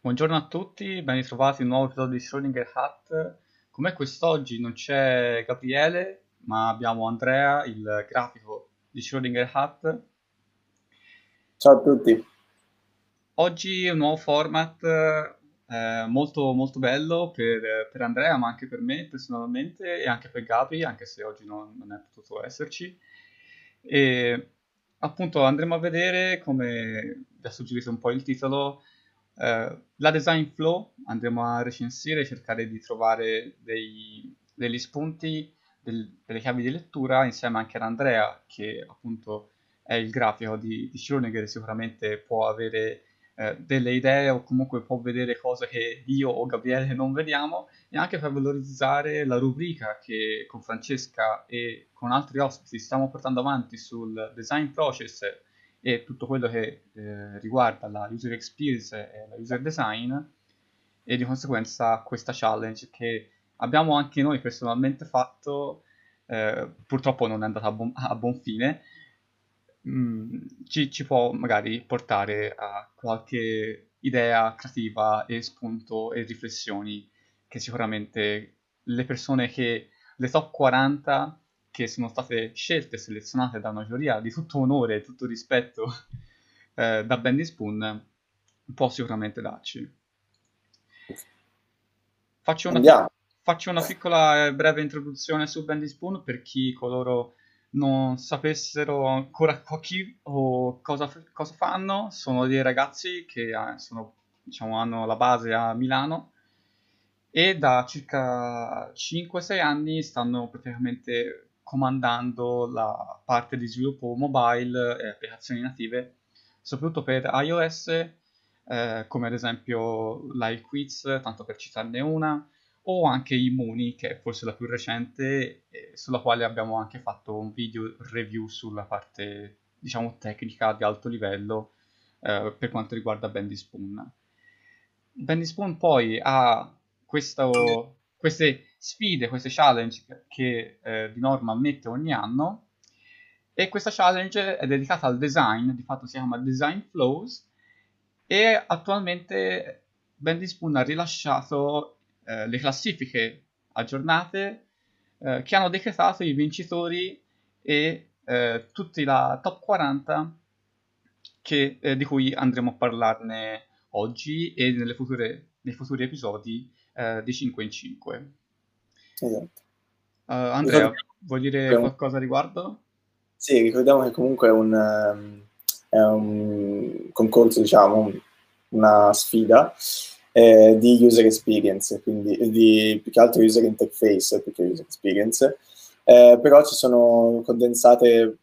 Buongiorno a tutti, ben ritrovati in un nuovo episodio di Schrödinger Hat. Come quest'oggi non c'è Gabriele, ma abbiamo Andrea, il grafico di Schrödinger Hat. Ciao a tutti. Oggi un nuovo format molto, molto bello per Andrea, ma anche per me personalmente e anche per Gabri, anche se oggi non è potuto esserci. E appunto andremo a vedere, come vi ha suggerito un po' il titolo, la design flow. Andremo a recensire, cercare di trovare degli spunti, delle chiavi di lettura insieme anche ad Andrea, che appunto è il grafico di Schrödinger, sicuramente può avere delle idee o comunque può vedere cose che io o Gabriele non vediamo, e anche per valorizzare la rubrica che con Francesca e con altri ospiti stiamo portando avanti sul design process e tutto quello che riguarda la user experience e la user design, e di conseguenza questa challenge che abbiamo anche noi personalmente fatto, purtroppo non è andata a buon fine. Ci può magari portare a qualche idea creativa e spunto e riflessioni che sicuramente le top 40 che sono state scelte e selezionate da una giuria di tutto onore e tutto rispetto da Bendy Spoon può sicuramente darci. Faccio una, Andiamo. faccio una piccola breve introduzione su Bendy Spoon per chi coloro non sapessero ancora chi o cosa fanno. Sono dei ragazzi che diciamo, hanno la base a Milano e da circa 5-6 anni stanno praticamente comandando la parte di sviluppo mobile e applicazioni native, soprattutto per iOS, come ad esempio l'iQuiz, tanto per citarne una, o anche Immuni, che è forse la più recente, sulla quale abbiamo anche fatto un video review sulla parte, diciamo, tecnica di alto livello, per quanto riguarda Bendy Spoon. Bendy Spoon poi ha queste sfide, queste challenge che di norma mette ogni anno, e questa challenge è dedicata al design, di fatto si chiama Design Flows, e attualmente Bendy Spoon ha rilasciato le classifiche aggiornate che hanno decretato i vincitori e tutti la top 40 di cui andremo a parlarne oggi e nei futuri episodi di 5 in 5. Esatto. Andrea, Ricordiamo vuoi dire che qualcosa a riguardo? sì, ricordiamo che comunque è un concorso, diciamo, una sfida di user experience, quindi più che altro user interface, più che user experience. Però ci sono condensate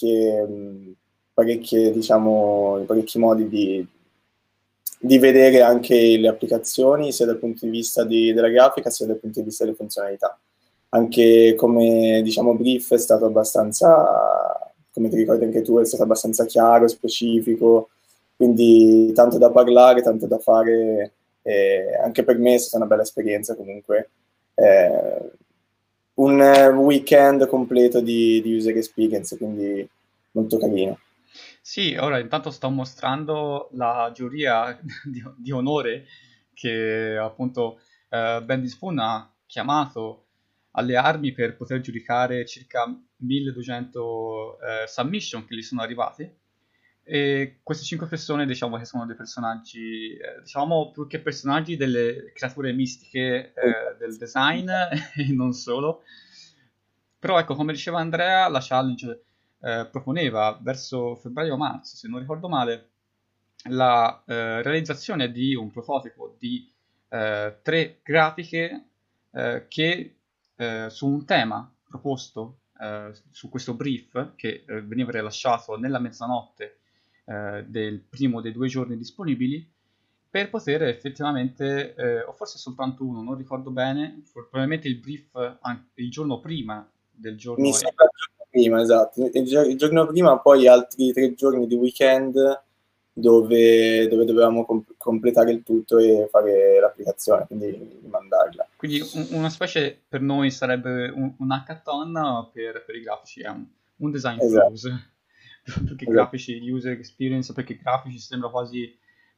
diciamo, parecchi modi di vedere anche le applicazioni, sia dal punto di vista della grafica, sia dal punto di vista delle funzionalità. Anche come, diciamo, brief è stato abbastanza, come ti ricordi anche tu, è stato abbastanza chiaro, specifico, quindi tanto da parlare, tanto da fare. Anche per me è stata una bella esperienza comunque. Eh, un weekend completo di user experience, quindi molto carino. Sì, ora intanto sto mostrando la giuria di onore che appunto Bendy Spoon ha chiamato alle armi per poter giudicare circa 1200 submission che gli sono arrivati. E queste 5 persone, diciamo che sono dei personaggi, diciamo più che personaggi, delle creature mistiche del design e non solo. Però ecco, come diceva Andrea, la challenge proponeva verso febbraio-marzo, se non ricordo male, la realizzazione di un prototipo di 3 grafiche che su un tema proposto su questo brief che veniva rilasciato nella mezzanotte del primo dei 2 giorni disponibili, per poter effettivamente, o forse soltanto uno, non ricordo bene, probabilmente il brief il giorno prima del Mi giorno. sembra il giorno prima, esatto. Il giorno prima, poi altri 3 giorni di weekend dove dovevamo completare il tutto e fare l'applicazione, quindi mandarla. Quindi una specie per noi sarebbe un hackathon, per i grafici è un design Esatto, flows, più che esatto. grafici user experience, perché grafici sembra quasi,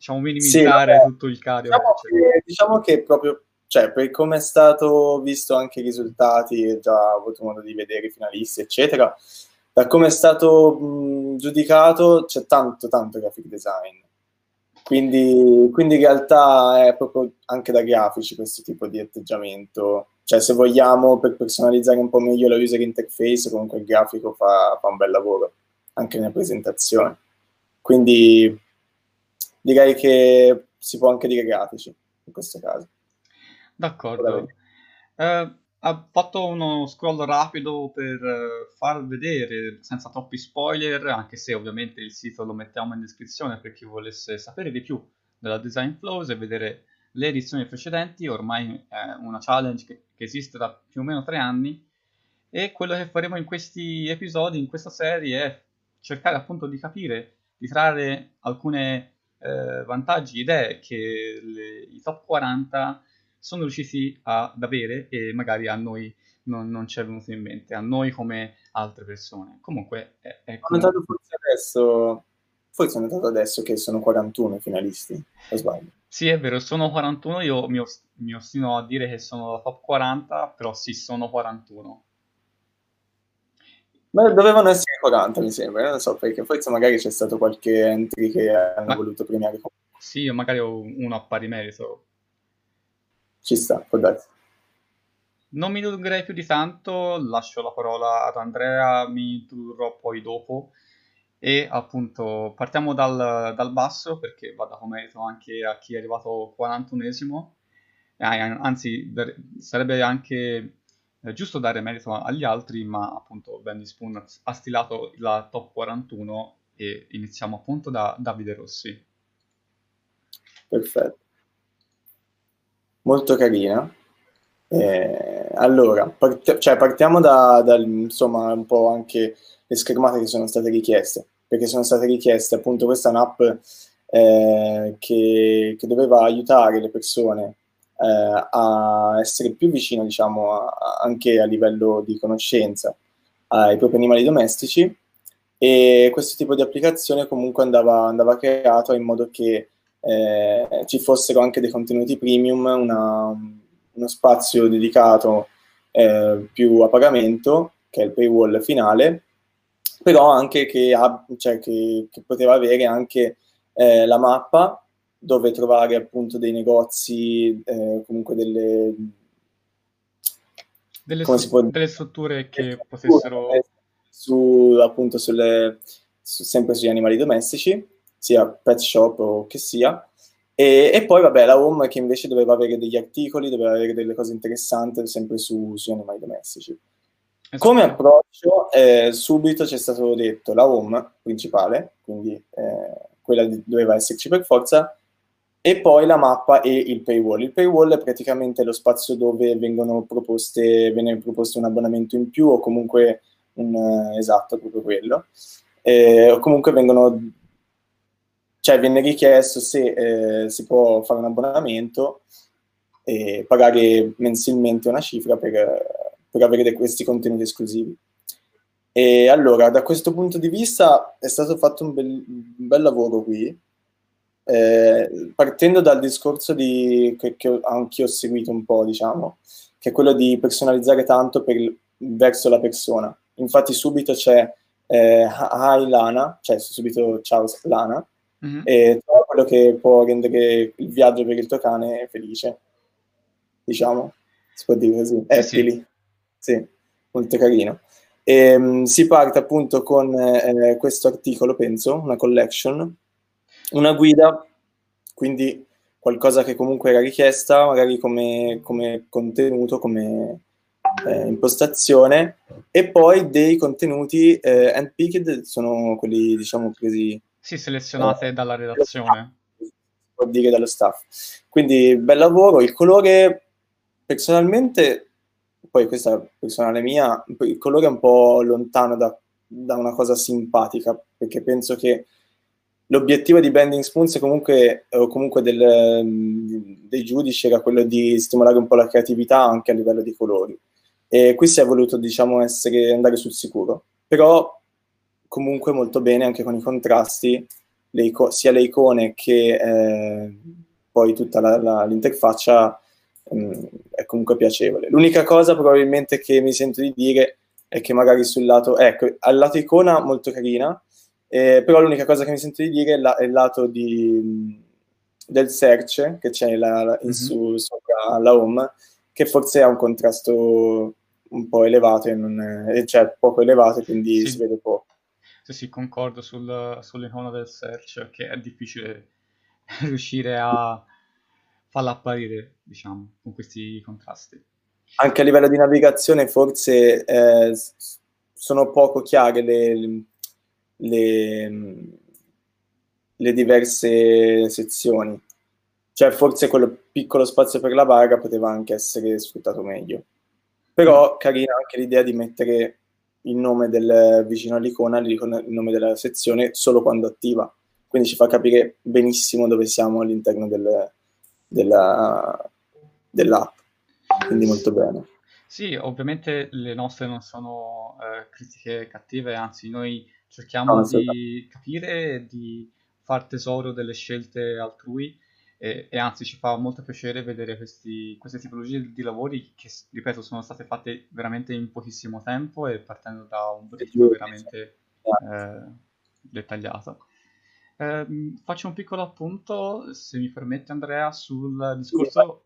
diciamo, Sì, minimizzare vabbè, tutto il cario che c'è. diciamo che proprio, cioè, per come è stato visto anche i risultati, e già ho avuto modo di vedere i finalisti, eccetera, da come è stato giudicato c'è tanto, tanto graphic design. Quindi in realtà è proprio anche da grafici questo tipo di atteggiamento. Cioè, se vogliamo, per personalizzare un po' meglio la user interface, comunque il grafico fa un bel lavoro, anche nella presentazione. Quindi direi che si può anche dire grafici, in questo caso. D'accordo. Ha fatto uno scroll rapido per far vedere, senza troppi spoiler, anche se ovviamente il sito lo mettiamo in descrizione per chi volesse sapere di più della Design Flows e vedere le edizioni precedenti. Ormai è una challenge che esiste da più o meno 3 anni, e quello che faremo in questi episodi, in questa serie, è cercare appunto di capire, di trarre alcune vantaggi, idee che i top 40 sono riusciti ad avere e magari a noi non ci è venuto in mente, a noi come altre persone. Comunque, Ho notato forse ho notato adesso che sono 41 i finalisti, o sbaglio? sì, è vero, sono 41, io mi ostino a dire che sono la top 40, però sì, sono 41. Ma dovevano essere 40, mi sembra, non so perché, forse magari c'è stato qualche entry che hanno Ma voluto premiare comunque. sì, io magari ho uno a pari merito. Ci sta, può darsi. Non mi dilungherei più di tanto, lascio la parola ad Andrea, mi introdurrò poi dopo. E appunto partiamo dal basso perché va dato merito anche a chi è arrivato 41esimo. Anzi, sarebbe anche giusto dare merito agli altri, ma appunto Bendy Spoon ha stilato la top 41 e iniziamo appunto da Davide Rossi. Perfetto. Molto carina. Allora, cioè, partiamo insomma, un po' anche le schermate che sono state richieste, perché sono state richieste appunto, questa è un'app che doveva aiutare le persone a essere più vicine, diciamo, anche a livello di conoscenza ai propri animali domestici, e questo tipo di applicazione comunque andava creato in modo che ci fossero anche dei contenuti premium, uno spazio dedicato più a pagamento, che è il paywall finale, però anche cioè che poteva avere anche la mappa dove trovare appunto dei negozi, comunque come si può dire? Delle strutture che potessero... Appunto sempre sugli animali domestici, sia pet shop o che sia. E poi, vabbè, la home che invece doveva avere degli articoli, doveva avere delle cose interessanti sempre sugli animali domestici. Come Esatto. approccio, subito ci è stato detto la home principale, quindi quella doveva esserci per forza, e poi la mappa e il paywall. Il paywall è praticamente lo spazio dove viene proposto un abbonamento in più o comunque esatto, proprio quello. O comunque cioè viene richiesto se si può fare un abbonamento e pagare mensilmente una cifra per avere questi contenuti esclusivi. E allora, da questo punto di vista è stato fatto un bel lavoro qui, partendo dal discorso che anche io ho seguito un po', diciamo, che è quello di personalizzare tanto verso la persona. Infatti subito c'è Hi Lana, cioè subito ciao Lana, Mhm. e tutto quello che può rendere il viaggio per il tuo cane felice, diciamo, si può dire così, Sì, sì. happily, sì, molto carino. Si parte appunto con questo articolo, penso, una collection, una guida, quindi qualcosa che comunque era richiesta, magari come contenuto, come impostazione, e poi dei contenuti handpicked, sono quelli, diciamo, presi Sì, selezionate dalla dallo staff, redazione. si può dire dallo staff. Quindi bel lavoro, il colore personalmente, poi questa personale mia, il colore è un po' lontano da una cosa simpatica, perché penso che l'obiettivo di Bending Spoons comunque, o comunque dei giudici era quello di stimolare un po' la creatività anche a livello di colori. E qui si è voluto, diciamo, andare sul sicuro. Però comunque molto bene anche con i contrasti, sia le icone che poi tutta l'interfaccia è comunque piacevole. L'unica cosa probabilmente che mi sento di dire è che magari sul lato, ecco, al lato icona molto carina, però l'unica cosa che mi sento di dire è il lato del search che c'è sopra la home, che forse ha un contrasto un po' elevato, cioè poco elevato, e quindi si vede poco. Sì, concordo sull'icona del search, che è difficile riuscire a farla apparire, diciamo, con questi contrasti. Anche a livello di navigazione forse sono poco chiare le diverse sezioni. Cioè forse quello piccolo spazio per la barra poteva anche essere sfruttato meglio. Però carina anche l'idea di mettere il nome vicino all'icona, il nome della sezione, solo quando attiva. Quindi ci fa capire benissimo dove siamo all'interno dell'app. Quindi molto bene. Sì, ovviamente le nostre non sono critiche cattive, anzi noi cerchiamo di capire e di far tesoro delle scelte altrui e anzi ci fa molto piacere vedere queste tipologie di lavori che, ripeto, sono state fatte veramente in pochissimo tempo e partendo da un briefing veramente dettagliato. Faccio un piccolo appunto, se mi permette Andrea, sul discorso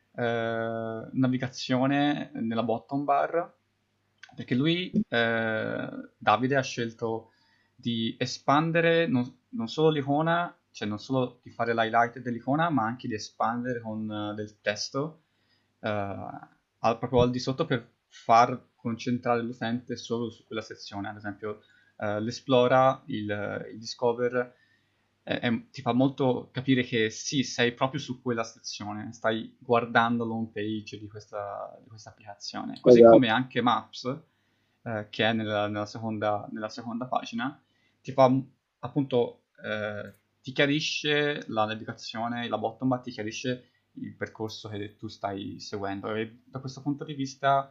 navigazione nella bottom bar, perché Davide, ha scelto di espandere non solo l'icona, cioè non solo di fare l'highlight dell'icona, ma anche di espandere con del testo proprio al di sotto per far concentrare l'utente solo su quella sezione. Ad esempio, l'Esplora, il Discover, ti fa molto capire che sì, sei proprio su quella sezione, stai guardando l'home page di questa applicazione. Così come anche Maps, che è nella seconda pagina, ti fa appunto, ti chiarisce la navigazione, la bottom bar ti chiarisce il percorso che tu stai seguendo e da questo punto di vista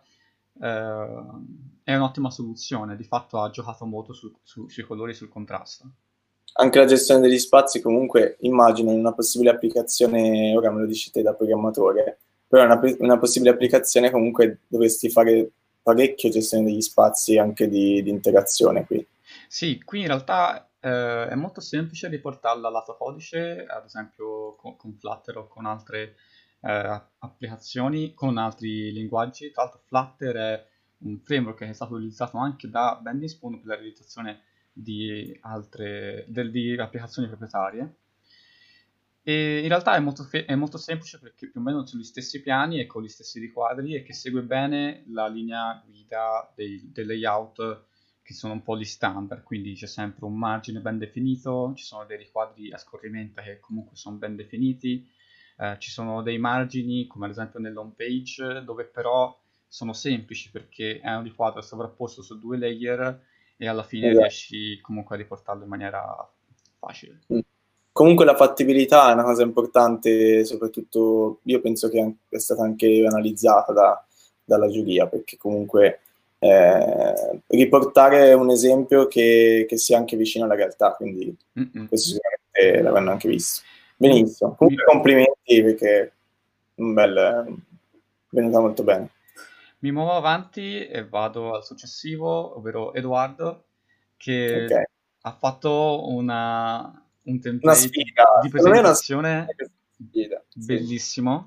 è un'ottima soluzione. Di fatto ha giocato molto sui colori e sul contrasto. Anche la gestione degli spazi, comunque, immagino in una possibile applicazione, ora me lo dici te da programmatore, però una possibile applicazione comunque dovresti fare parecchio gestione degli spazi anche di interazione qui. Sì, qui in realtà è molto semplice riportarla lato codice, ad esempio con Flutter o con altre applicazioni, con altri linguaggi. Tra l'altro Flutter è un framework che è stato utilizzato anche da Bending Spoon per la realizzazione di applicazioni proprietarie. E in realtà è molto semplice perché più o meno sugli stessi piani e con gli stessi riquadri e che segue bene la linea guida del layout che sono un po' gli standard, quindi c'è sempre un margine ben definito, ci sono dei riquadri a scorrimento che comunque sono ben definiti, ci sono dei margini come ad esempio nell'home page dove però sono semplici perché è un riquadro sovrapposto su 2 layer e alla fine riesci comunque a riportarlo in maniera facile. Comunque la fattibilità è una cosa importante, soprattutto io penso che è stata anche analizzata dalla giuria, perché comunque riportare un esempio che sia anche vicino alla realtà, quindi questo sicuramente l'avranno anche visto. Benissimo, comunque complimenti perché è venuta molto bene. Mi muovo avanti e vado al successivo, ovvero Edoardo, che ha fatto un template di presentazione bellissimo.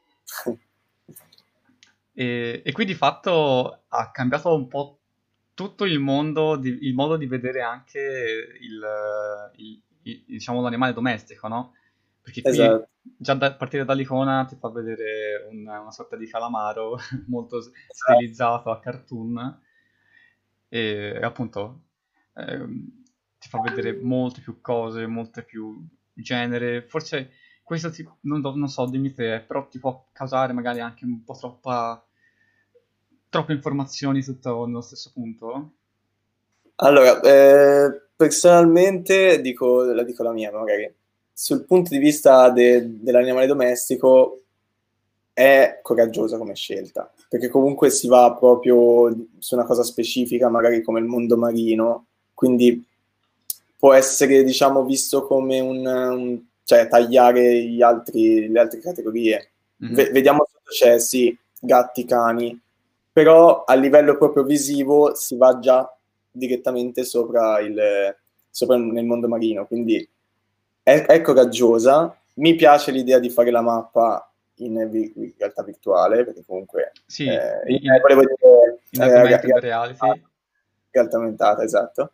E qui di fatto ha cambiato un po' tutto il modo di vedere anche diciamo, l'animale domestico, no? Perché qui già a partire dall'icona ti fa vedere una sorta di calamaro molto stilizzato a cartoon e appunto ti fa vedere molte più cose, molte più genere. Forse questo non so, dimmi te, però ti può causare magari anche un po' troppe informazioni tutto nello stesso punto? Allora, personalmente la dico la mia, magari. Sul punto di vista dell'animale domestico è coraggiosa come scelta, perché comunque si va proprio su una cosa specifica, magari come il mondo marino, quindi può essere, diciamo, visto come cioè tagliare le altre categorie. Mhm. Vediamo sotto c'è, sì, gatti, cani, però a livello proprio visivo si va già direttamente sopra nel mondo marino, quindi è coraggiosa. Mi piace l'idea di fare la mappa in realtà virtuale, perché comunque Sì, volevo dire in augmented reality. realtà aumentata, esatto.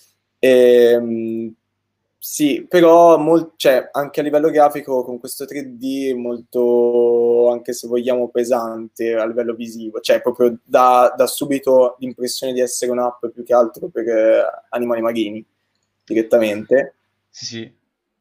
Sì, però cioè, anche a livello grafico con questo 3D molto, anche se vogliamo, pesante a livello visivo, cioè proprio da subito l'impressione di essere un'app più che altro per animali marini direttamente. Sì, sì.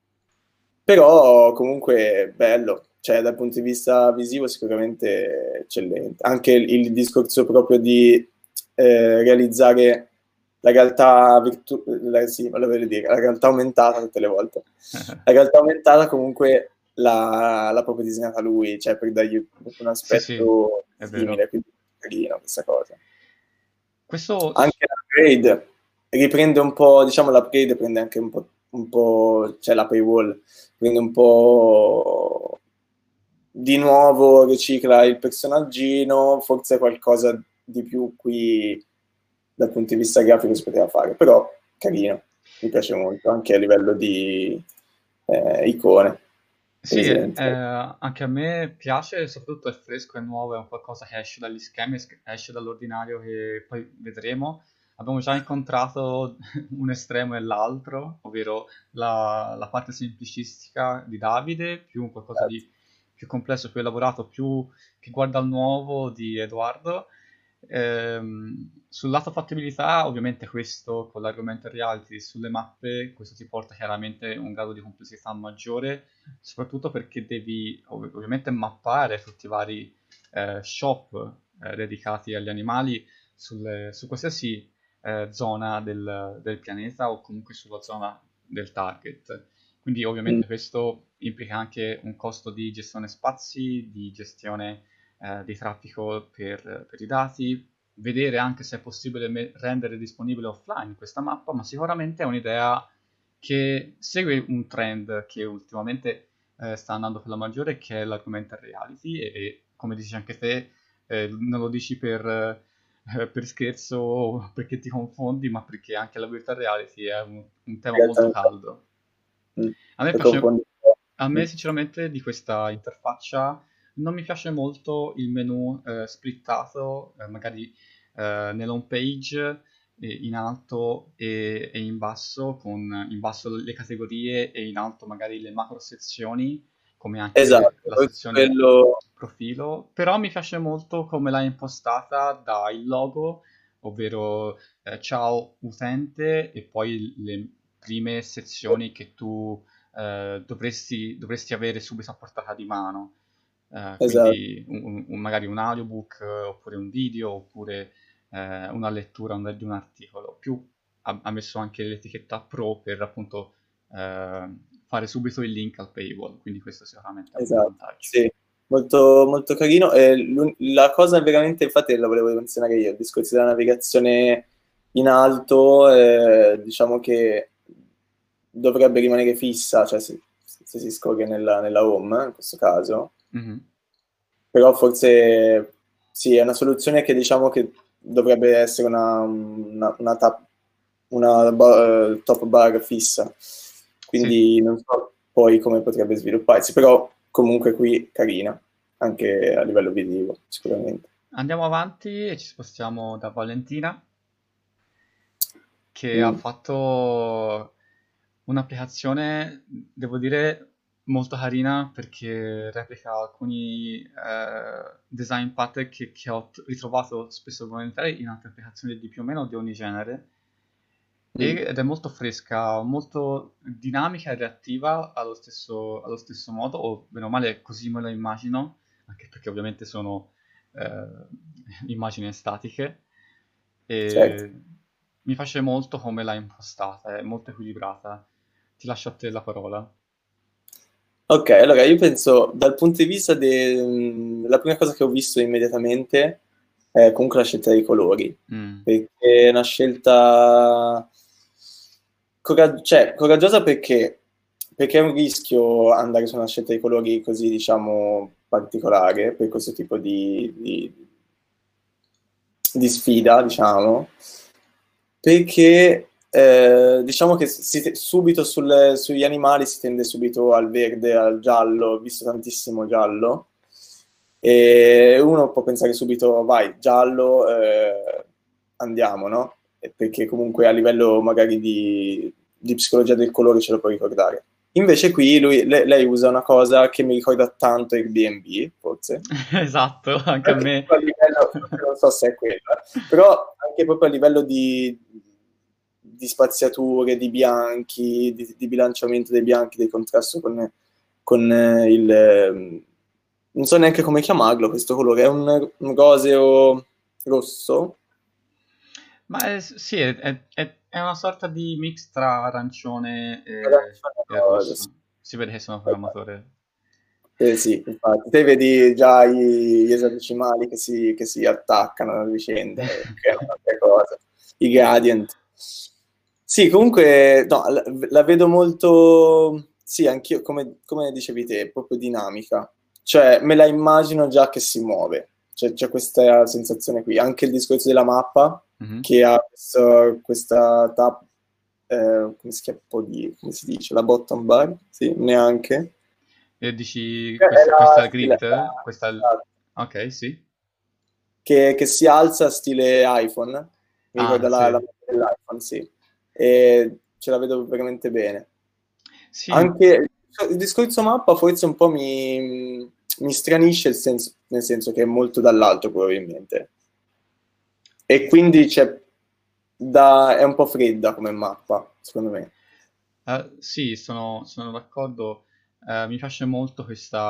Però comunque bello, cioè dal punto di vista visivo sicuramente eccellente. Anche il discorso proprio di realizzare la realtà sì, volevo dire, la realtà aumentata tutte le volte. La realtà aumentata comunque l'ha proprio disegnata lui, cioè per dargli un Sì, sì, aspetto è vero. simile, quindi carino questa cosa. Questo, Anche l'upgrade riprende un po', diciamo l'upgrade prende anche un po', cioè la paywall, prende un po' di nuovo, ricicla il personaggino, forse qualcosa di più qui dal punto di vista grafico si poteva fare, però carino, mi piace molto, anche a livello di icone, per sì, esempio. anche a me piace, soprattutto è fresco, è nuovo, è un qualcosa che esce dagli schemi, esce dall'ordinario che poi vedremo. Abbiamo già incontrato un estremo e l'altro, ovvero la parte semplicistica di Davide, più un qualcosa di più complesso, più elaborato, più che guarda al nuovo di Edoardo. Sul lato fattibilità, ovviamente questo con l'argomento reality sulle mappe, questo ti porta chiaramente a un grado di complessità maggiore, soprattutto perché devi ovviamente mappare tutti i vari shop dedicati agli animali su qualsiasi zona del pianeta o comunque sulla zona del target. Quindi Mm, ovviamente questo implica anche un costo di gestione spazi, di gestione di traffico per i dati, vedere anche se è possibile rendere disponibile offline questa mappa, ma sicuramente è un'idea che segue un trend che ultimamente sta andando per la maggiore, che è l'augmented reality e come dici anche te, non lo dici per scherzo o perché ti confondi, ma perché anche la virtual reality è un tema molto esattamente. caldo. Mm, A me lo piace, confondo. a Mm, me sinceramente di questa interfaccia non mi piace molto il menu splittato, magari nell'home page in alto e in basso, con in basso le categorie e in alto magari le macro sezioni, come anche esatto, la forse sezione quello. profilo, però mi piace molto come l'hai impostata dal logo, ovvero ciao utente e poi le prime sezioni che tu dovresti avere subito a portata di mano. Esatto. Quindi magari un audiobook oppure un video oppure una lettura di un articolo. Più ha messo anche l'etichetta Pro per appunto fare subito il link al paywall, quindi questo sicuramente è un Esatto, vantaggio. sì, molto, molto carino. E la cosa veramente, infatti, la volevo menzionare io, il discorso della navigazione in alto, diciamo che dovrebbe rimanere fissa, cioè se si scorre nella home, in questo caso, Mhm. però forse sì, è una soluzione che diciamo che dovrebbe essere una top bar fissa, Sì, quindi non so poi come potrebbe svilupparsi, però comunque qui carina, anche a livello visivo, sicuramente. andiamo avanti e ci spostiamo da Valentina, che ha Mm, fatto un'applicazione, devo dire, molto carina perché replica alcuni design pattern che ho ritrovato spesso e volentieri in altre applicazioni di più o meno di ogni genere mm. ed è molto fresca, molto dinamica e reattiva allo stesso modo, o bene o male così me lo immagino, anche perché ovviamente sono eh, immagini statiche, Certo. e mi piace molto come l'ha impostata, è molto equilibrata. Ti lascio a te la parola. Ok, allora io penso dal punto di vista la prima cosa che ho visto immediatamente è comunque la scelta dei colori, Mm, perché è una scelta coraggiosa perché è un rischio andare su una scelta di colori così, diciamo, particolare, per questo tipo di sfida, diciamo, perché diciamo che subito sugli animali si tende subito al verde, al giallo, ho visto tantissimo giallo, e uno può pensare subito, vai, giallo, andiamo, no? Perché comunque a livello magari di psicologia del colore ce lo può ricordare. Invece qui lei usa una cosa che mi ricorda tanto Airbnb, forse. Esatto, anche a Anche me. a livello, non so se è quella, però anche proprio a livello di spaziature, di bianchi, di bilanciamento dei bianchi, del contrasto con non so neanche come chiamarlo questo colore, è un roseo rosso. Ma sì, è una sorta di mix tra arancione e Arancione, sì. rosso. Si vede che sono programmatore. Sì, infatti, te vedi già gli esadecimali che si attaccano a vicenda e creano tante cose, i gradient. Sì, comunque, no, la vedo molto, sì, anch'io, come dicevi te, proprio dinamica. Cioè, me la immagino già che si muove. C'è questa sensazione qui. Anche il discorso della mappa, Mhm. che ha questa tab, come come si dice? La bottom bar? Sì, neanche. E dici È questa stile, grid? Questa... Ok, sì. che si alza stile iPhone, mi Ah, ricorda la sì. moto dell'iPhone, sì, e ce la vedo veramente bene. Sì, Anche il discorso mappa forse un po' mi stranisce nel senso che è molto dall'alto probabilmente, e quindi è un po' fredda come mappa, secondo me. sì, sono d'accordo. Mi piace molto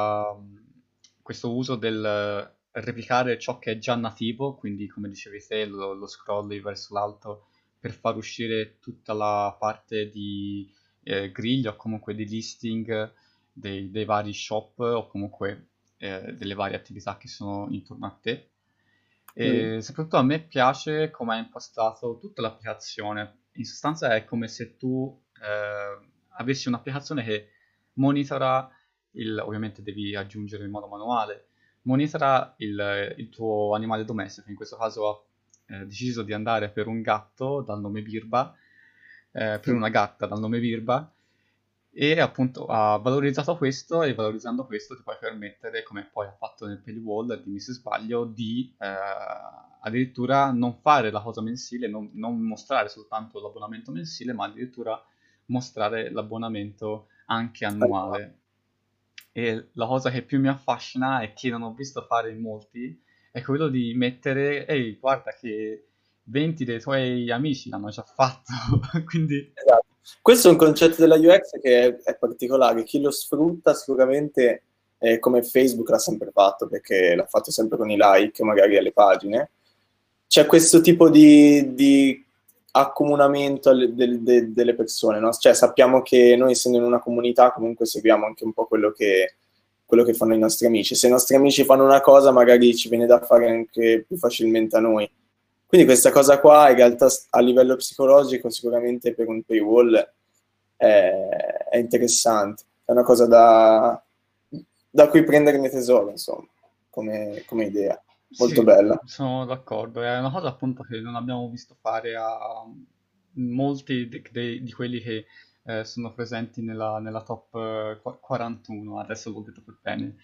questo uso del replicare ciò che è già nativo, quindi come dicevi te, lo scrolli verso l'alto per far uscire tutta la parte di griglia o comunque di listing dei vari shop o comunque delle varie attività che sono intorno a te. Mm. E soprattutto a me piace come è impostato tutta l'applicazione. In sostanza è come se tu avessi un'applicazione che monitora ovviamente devi aggiungere in modo manuale, monitora il tuo animale domestico. In questo caso ho deciso di andare per un gatto dal nome Birba, per una gatta dal nome Birba, e appunto ha valorizzato questo, e valorizzando questo ti puoi permettere, come poi ha fatto nel Paywall, dimmi se sbaglio, di addirittura non fare la cosa mensile, non mostrare soltanto l'abbonamento mensile, ma addirittura mostrare l'abbonamento anche annuale. E la cosa che più mi affascina e che non ho visto fare in molti è quello di mettere, ehi, guarda che 20 dei tuoi amici l'hanno già fatto, quindi Esatto. Questo è un concetto della UX che è particolare. Chi lo sfrutta sicuramente, come Facebook l'ha sempre fatto, perché l'ha fatto sempre con i like magari alle pagine. C'è questo tipo di accomunamento delle persone, no? Cioè sappiamo che noi, essendo in una comunità, comunque seguiamo anche un po' quello che fanno i nostri amici. Se i nostri amici fanno una cosa, magari ci viene da fare anche più facilmente a noi. Quindi questa cosa qua, in realtà, a livello psicologico, sicuramente per un paywall è interessante. È una cosa da cui prenderne tesoro, insomma, come idea. Molto sì, bella. sono d'accordo. È una cosa appunto che non abbiamo visto fare a molti di quelli che sono presenti nella top 41, adesso l'ho detto per bene.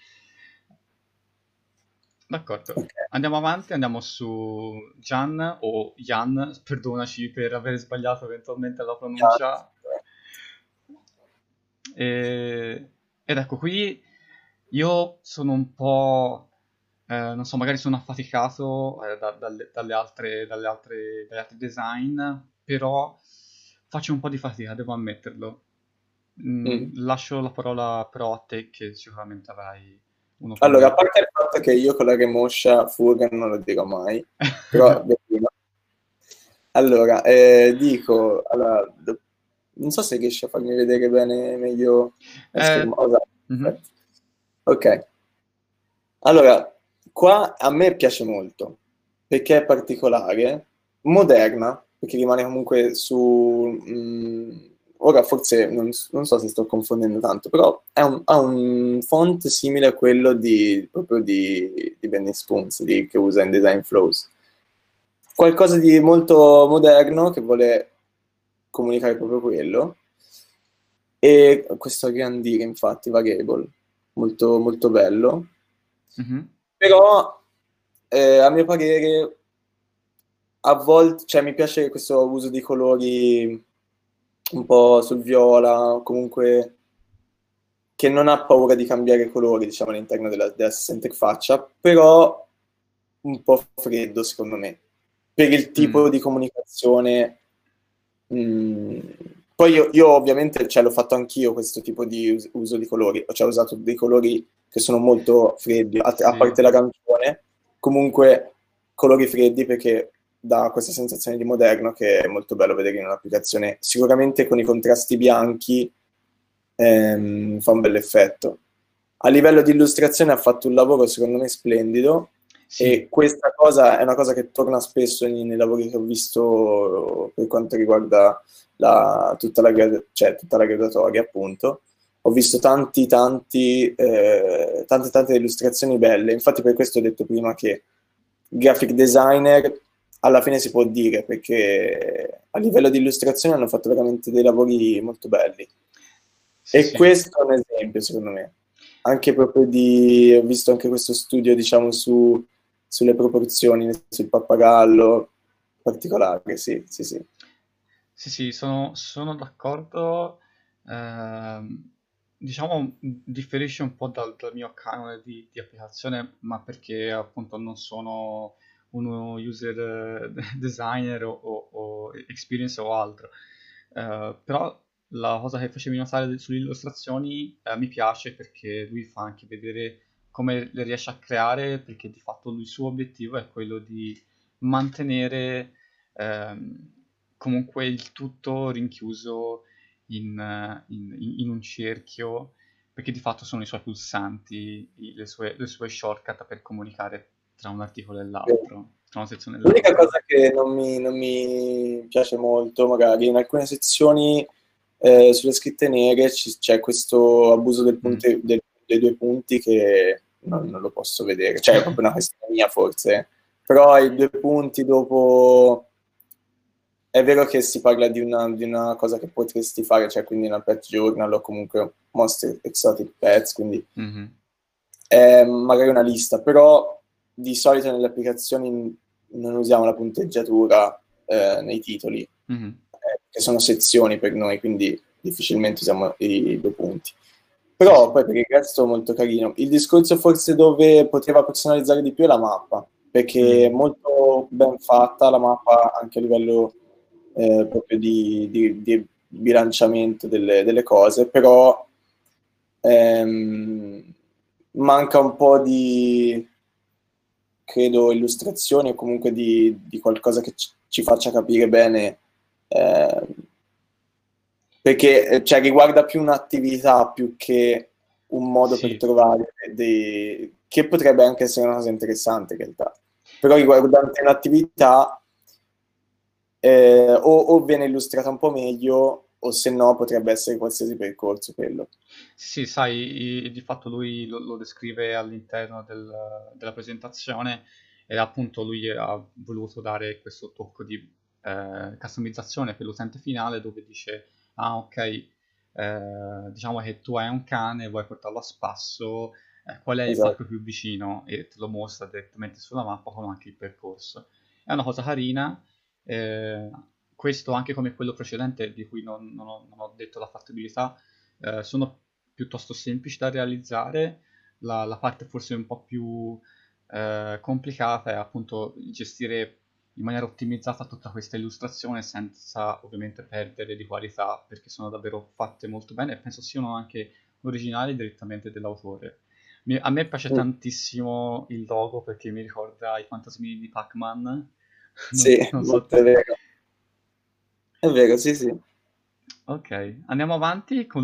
D'accordo, Ok. andiamo avanti, andiamo su Jan o Jan, perdonaci per aver sbagliato eventualmente la pronuncia. Ed ecco, qui io sono un po', non so, magari sono affaticato dagli altri design, però faccio un po' di fatica, devo ammetterlo. Mm. Lascio la parola però a te, che sicuramente avrai Allora, a un'opinione. parte il fatto che io con la remoscia Furgan non lo dirò mai, però allora, allora, non so se riesci a farmi vedere bene meglio la Eh, schermo. Oh, esatto, mhm. perfetto. Ok, allora, qua a me piace molto, perché è particolare, moderna, perché rimane comunque ora forse non so se sto confondendo tanto, però ha un font simile a quello proprio di Benny Spoons, che usa in Design Flows. Qualcosa di molto moderno che vuole comunicare proprio quello. E questo aggregaire, infatti, variable, molto, molto bello. Mhm. Però, a mio parere, a volte, cioè, mi piace questo uso di colori un po' sul viola, comunque che non ha paura di cambiare colori, diciamo, all'interno della stessa interfaccia, però un po' freddo, secondo me, per il tipo Mm. di comunicazione. mm, Poi io ovviamente, cioè, l'ho fatto anch'io questo tipo di uso di colori, cioè ho usato dei colori che sono molto freddi, a Sì, parte l'arancione, comunque colori freddi perché dà questa sensazione di moderno che è molto bello vedere in un'applicazione. Sicuramente con i contrasti bianchi fa un bel effetto. A livello di illustrazione ha fatto un lavoro secondo me splendido e sì, questa cosa è una cosa che torna spesso nei lavori che ho visto per quanto riguarda tutta la graduatoria, appunto. Ho visto tante illustrazioni belle, infatti per questo ho detto prima che graphic designer alla fine si può dire, perché a livello di illustrazione hanno fatto veramente dei lavori molto belli. sì, E sì. questo è un esempio, secondo me. Anche proprio ho visto anche questo studio, diciamo, sulle proporzioni, sul pappagallo, particolare, sì, sì, sì. Sì, sì, sono d'accordo. ehm, diciamo, differisce un po' dal mio canone di applicazione, ma perché appunto non sono uno user designer o experience o altro. Però la cosa che facevi notare sulle illustrazioni mi piace perché lui fa anche vedere come le riesce a creare, perché di fatto il suo obiettivo è quello di mantenere ehm, comunque il tutto rinchiuso in un cerchio, perché di fatto sono i suoi pulsanti, le sue shortcut per comunicare tra un articolo e l'altro, tra una sezione e L'unica l'altra. cosa che non mi piace molto, magari in alcune sezioni sulle scritte nere c'è questo abuso Mm. dei due punti che non lo posso vedere, cioè è proprio una questione mia forse, però i due punti dopo è vero che si parla di una cosa che potresti fare, cioè quindi una pet journal o comunque most exotic pets, quindi Mhm, è magari una lista, però di solito nelle applicazioni non usiamo la punteggiatura nei titoli, mhm. che sono sezioni per noi, quindi difficilmente usiamo i due punti. Sì, Però sì. poi per il resto molto carino. Il discorso forse dove poteva personalizzare di più è la mappa, perché è Mm. molto ben fatta la mappa anche a livello proprio di bilanciamento delle cose, però ehm, manca un po' credo, illustrazioni o comunque di qualcosa che ci faccia capire bene, eh, perché cioè, riguarda più un'attività più che un modo per Sì. trovare che potrebbe anche essere una cosa interessante in realtà. Però riguardante un'attività o viene illustrata un po' meglio o se no potrebbe essere qualsiasi percorso quello. Sì, sai, di fatto lui lo descrive all'interno della presentazione e appunto lui ha voluto dare questo tocco di customizzazione per l'utente finale dove dice, ah ok, diciamo che tu hai un cane, vuoi portarlo a spasso, qual è il Esatto. parco più vicino? E te lo mostra direttamente sulla mappa con anche il percorso. È una cosa carina, eh, questo anche come quello precedente di cui non ho detto la fattibilità sono piuttosto semplici da realizzare. La parte forse un po' più complicata è appunto gestire in maniera ottimizzata tutta questa illustrazione senza ovviamente perdere di qualità, perché sono davvero fatte molto bene e penso siano anche originali direttamente dell'autore. A me piace Mm, tantissimo il logo perché mi ricorda i fantasmini di Pac-Man. sì, Non so molto te. è vero, sì, sì. Ok, andiamo avanti con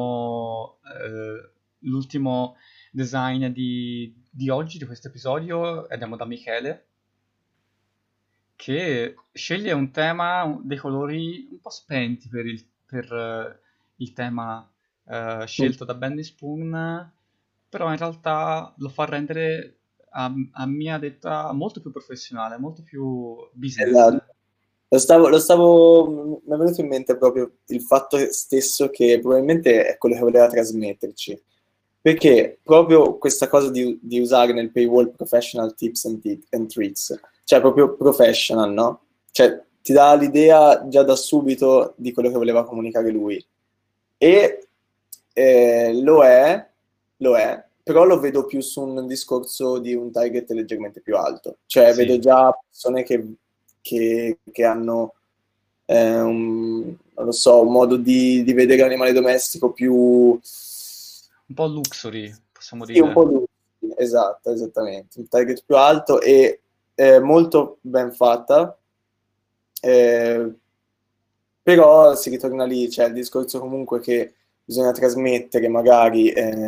l'ultimo design di oggi, di questo episodio. Andiamo da Michele, che sceglie un tema, dei colori un po' spenti per il tema Mm. scelto da Bendy Spoon, però in realtà lo fa rendere a mia detta molto più professionale, molto più business. Esatto. Mi è venuto in mente proprio il fatto stesso che probabilmente è quello che voleva trasmetterci, perché proprio questa cosa di usare nel paywall professional tips and tricks, cioè proprio professional, no? Cioè ti dà l'idea già da subito di quello che voleva comunicare lui. E lo è, però lo vedo più su un discorso di un target leggermente più alto. Cioè vedo Sì, già persone che hanno non lo so, un modo di vedere l'animale domestico più... un po' luxury, possiamo Sì, un po' dire. lui. Esatto, esattamente. Un target più alto e molto ben fatta. Eh, Però si ritorna lì, c'è il discorso comunque che bisogna trasmettere magari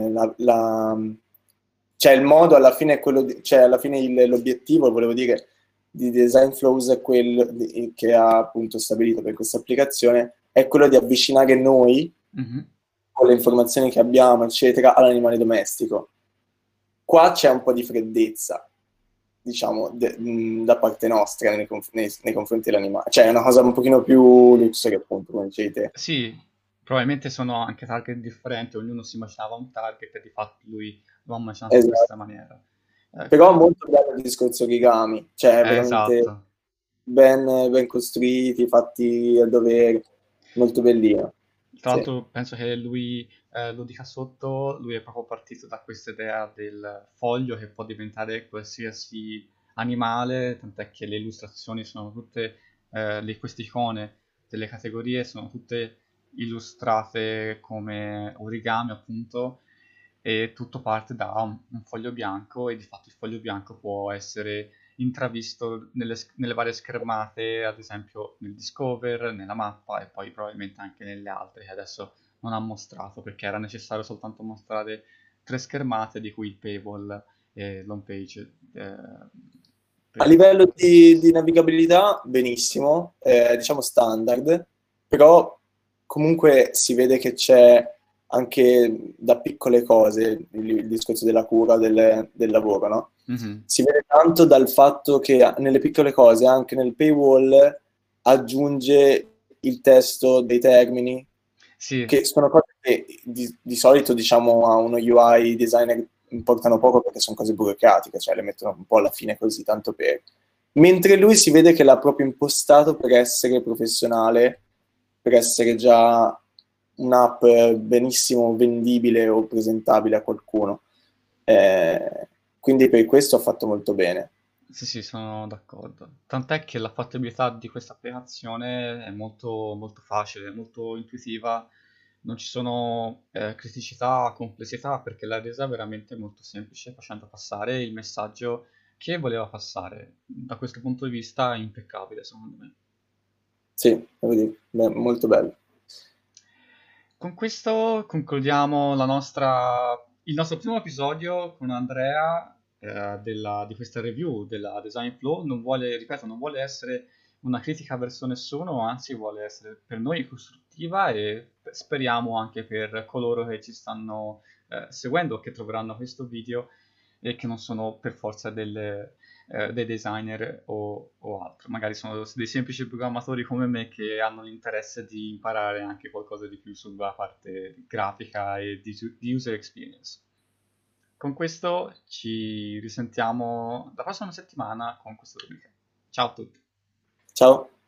cioè il modo alla fine è quello cioè alla fine l'obiettivo, volevo dire, di Design Flows è quello che ha appunto stabilito per questa applicazione, è quello di avvicinare noi Mhm. con le informazioni che abbiamo, eccetera, all'animale domestico. Qua c'è un po' di freddezza, diciamo, da parte nostra nei confronti dell'animale. Cioè, è una cosa un pochino più luxury, appunto, come dicevi te. Sì, probabilmente sono anche target differenti, ognuno si immaginava un target e di fatto lui lo ha immaginato in Esatto. questa maniera. Però molto bello il discorso origami, cioè veramente Esatto. ben costruiti, fatti a dovere, molto bellino. Tra Sì, l'altro penso che lui lo dica sotto, lui è proprio partito da questa idea del foglio che può diventare qualsiasi animale, tant'è che le illustrazioni sono tutte, queste icone delle categorie sono tutte illustrate come origami appunto e tutto parte da un foglio bianco e di fatto il foglio bianco può essere intravisto nelle varie schermate, ad esempio nel Discover, nella mappa e poi probabilmente anche nelle altre che adesso non ha mostrato perché era necessario soltanto mostrare 3 schermate di cui il paywall e l'home page a per livello poter accedersi. di navigabilità, benissimo, diciamo standard, però comunque si vede che c'è anche da piccole cose il discorso della cura del lavoro, no? Mhm. Si vede tanto dal fatto che nelle piccole cose, anche nel paywall, aggiunge il testo dei termini, Sì, che sono cose che di solito, diciamo, a uno UI designer importano poco perché sono cose burocratiche, cioè le mettono un po' alla fine così, tanto per... Mentre lui si vede che l'ha proprio impostato per essere professionale, per essere già un'app benissimo vendibile o presentabile a qualcuno. Quindi per questo ha fatto molto bene. sì, sì, sono d'accordo. Tant'è che la fattibilità di questa applicazione è molto, molto facile, molto intuitiva, non ci sono criticità, complessità, perché l'ha resa veramente molto semplice, facendo passare il messaggio che voleva passare. Da questo punto di vista è impeccabile, secondo me. Sì, devo dire, beh, molto bello. Con questo concludiamo il nostro primo episodio con Andrea di questa review della Design Flow. Non vuole, ripeto, non vuole essere una critica verso nessuno, anzi vuole essere per noi costruttiva e speriamo anche per coloro che ci stanno seguendo o che troveranno questo video e che non sono per forza dei designer o altro. Magari sono dei semplici programmatori come me che hanno l'interesse di imparare anche qualcosa di più sulla parte grafica e di user experience. Con questo ci risentiamo la prossima settimana con questa rubrica. Ciao a tutti! Ciao.